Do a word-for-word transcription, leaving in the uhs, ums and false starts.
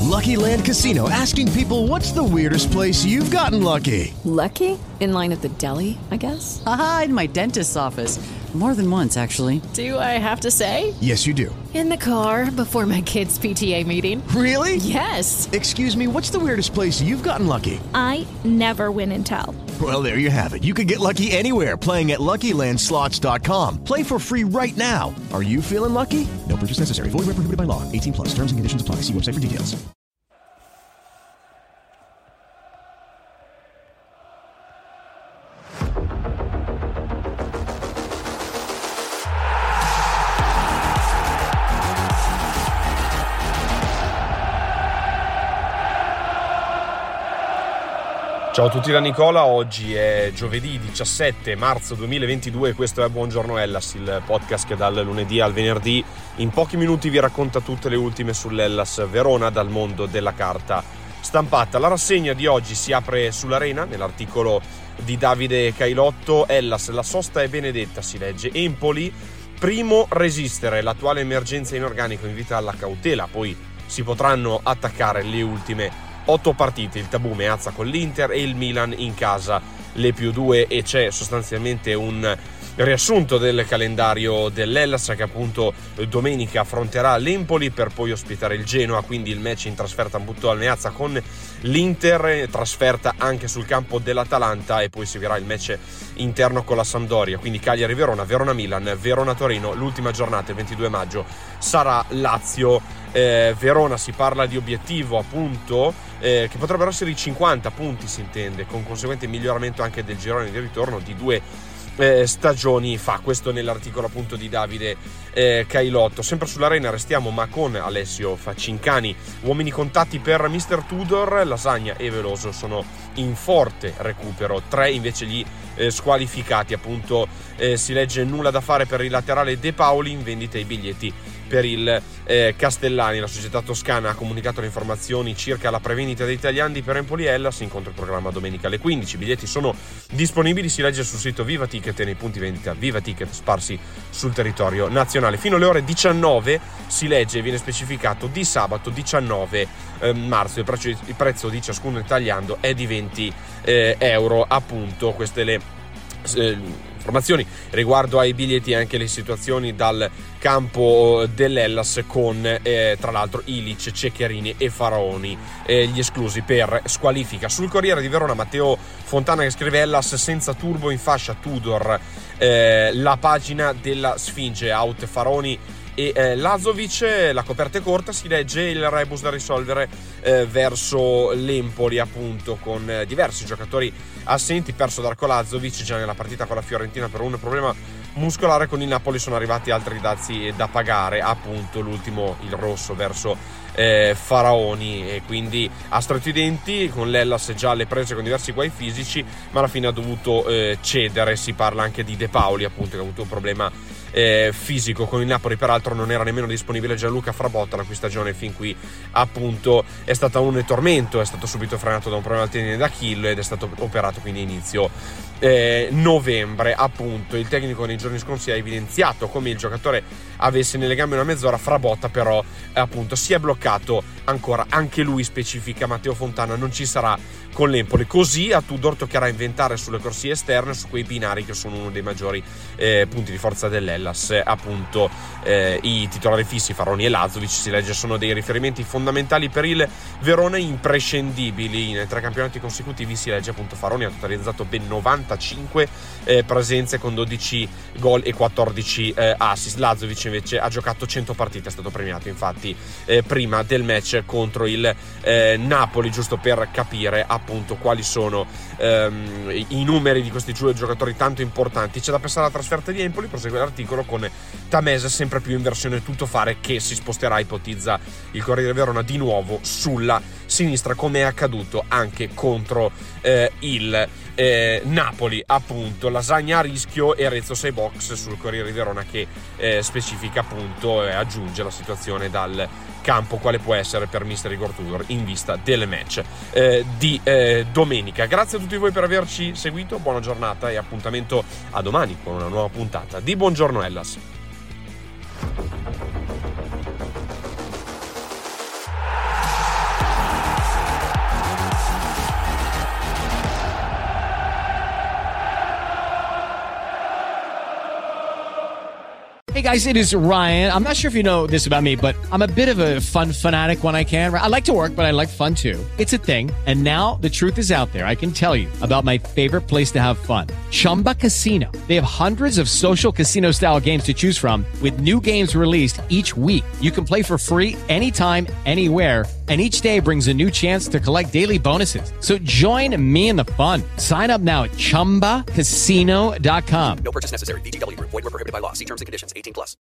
Lucky Land Casino, asking people, what's the weirdest place you've gotten lucky? Lucky? In line at the deli, I guess? Aha, in my dentist's office. More than once, actually. Do I have to say? Yes, you do. In the car before my kids' P T A meeting. Really? Yes. Excuse me, what's the weirdest place you've gotten lucky? I never win and tell. Well, there you have it. You can get lucky anywhere, playing at Lucky Land Slots dot com. Play for free right now. Are you feeling lucky? No purchase necessary. Void where prohibited by law. eighteen plus. Terms and conditions apply. See website for details. Ciao a tutti da Nicola, oggi è giovedì diciassette marzo duemilaventidue e questo è Buongiorno Hellas, il podcast che dal lunedì al venerdì in pochi minuti vi racconta tutte le ultime sull'Hellas Verona dal mondo della carta stampata. La rassegna di oggi si apre sull'Arena, nell'articolo di Davide Cailotto. Hellas, la sosta è benedetta, si legge. Empoli, primo resistere, l'attuale emergenza in organico invita alla cautela, poi si potranno attaccare le ultime otto partite, il tabù Meazza con l'Inter e il Milan in casa, le più due, e c'è sostanzialmente un riassunto del calendario dell'Hellas che appunto domenica affronterà l'Empoli per poi ospitare il Genoa, quindi il match in trasferta appunto al Meazza con l'Inter, trasferta anche sul campo dell'Atalanta, e poi seguirà il match interno con la Sampdoria, quindi Cagliari-Verona, Verona-Milan, Verona-Torino. L'ultima giornata, il ventidue maggio, sarà Lazio Eh, Verona. Si parla di obiettivo appunto eh, che potrebbero essere i cinquanta punti, si intende, con conseguente miglioramento anche del girone di ritorno di due eh, stagioni fa. Questo nell'articolo appunto di Davide eh, Cailotto. Sempre sull'Arena restiamo, ma con Alessio Faccincani. Uomini contatti per mister Tudor, Lasagna e Veloso sono in forte recupero, tre invece gli eh, squalificati appunto. Eh, si legge nulla da fare per il laterale De Paoli, in vendita i biglietti per il eh, Castellani. La società toscana ha comunicato le informazioni circa la prevendita dei tagliandi per Empoli Hellas, incontro in programma domenica alle quindici. I biglietti sono disponibili, si legge sul sito Viva Ticket e nei punti vendita Viva Ticket sparsi sul territorio nazionale. Fino alle ore diciannove si legge e viene specificato di sabato diciannove marzo. Il prezzo, il prezzo di ciascun tagliando è di venti eh, euro appunto. Queste le eh, informazioni riguardo ai biglietti e anche le situazioni dal campo dell'Hellas con eh, tra l'altro Ilic, Ceccherini e Faraoni eh, gli esclusi per squalifica. Sul Corriere di Verona Matteo Fontana che scrive: Hellas senza turbo in fascia Tudor, eh, la pagina della Sfinge, out Faraoni e eh, Lazovic. La coperta è corta, si legge il rebus da risolvere eh, verso l'Empoli appunto, con eh, diversi giocatori assenti. Perso Darko Lazovic già nella partita con la Fiorentina per un problema muscolare. Con il Napoli sono arrivati altri dazi da pagare, appunto l'ultimo il rosso verso eh, Faraoni, e quindi ha stretto i denti con l'Hellas già alle prese con diversi guai fisici, ma alla fine ha dovuto eh, cedere. Si parla anche di De Paoli appunto, che ha avuto un problema Eh, fisico con il Napoli. Peraltro non era nemmeno disponibile Gianluca Frabotta, la cui stagione fin qui appunto è stata un tormento, è stato subito frenato da un problema al tendine d'Achille ed è stato operato quindi inizio eh, novembre appunto. Il tecnico nei giorni scorsi ha evidenziato come il giocatore avesse nelle gambe una mezz'ora. Frabotta però eh, appunto si è bloccato ancora, anche lui specifica Matteo Fontana, non ci sarà con l'Empoli. Così a Tudor toccherà inventare sulle corsie esterne, su quei binari che sono uno dei maggiori eh, punti di forza dell'Hellas, eh, appunto eh, i titolari fissi Faraoni e Lazovic, si legge, sono dei riferimenti fondamentali per il Verona, imprescindibili. In tre campionati consecutivi, si legge, appunto Faraoni ha totalizzato ben novantacinque eh, presenze con dodici gol e quattordici eh, assist. Lazovic invece ha giocato cento partite, è stato premiato infatti eh, prima del match contro il eh, Napoli, giusto per capire appunto quali sono ehm, i numeri di questi due giocatori tanto importanti. C'è da pensare alla trasferta di Empoli, prosegue l'articolo, con Tamese sempre più in versione tuttofare, che si sposterà, ipotizza il Corriere Verona, di nuovo sulla sinistra, come è accaduto anche contro eh, il eh, Napoli appunto. Lasagna a rischio e Arezzo sei box sul Corriere Verona, che eh, specifica appunto e eh, aggiunge la situazione dal campo quale può essere per mister Igor Tudor in vista del match eh, di eh, domenica. Grazie a tutti voi per averci seguito, buona giornata e appuntamento a domani con una nuova puntata di Buongiorno Hellas. guys, it is Ryan. I'm not sure if you know this about me, but I'm a bit of a fun fanatic when I can. I like to work, but I like fun too. It's a thing. And now the truth is out there. I can tell you about my favorite place to have fun. Chumba Casino. They have hundreds of social casino style games to choose from with new games released each week. You can play for free anytime, anywhere. And each day brings a new chance to collect daily bonuses. So join me in the fun. Sign up now at chumba casino dot com. No purchase necessary. V G W. Void where prohibited by law. See terms and conditions. eighteen plus.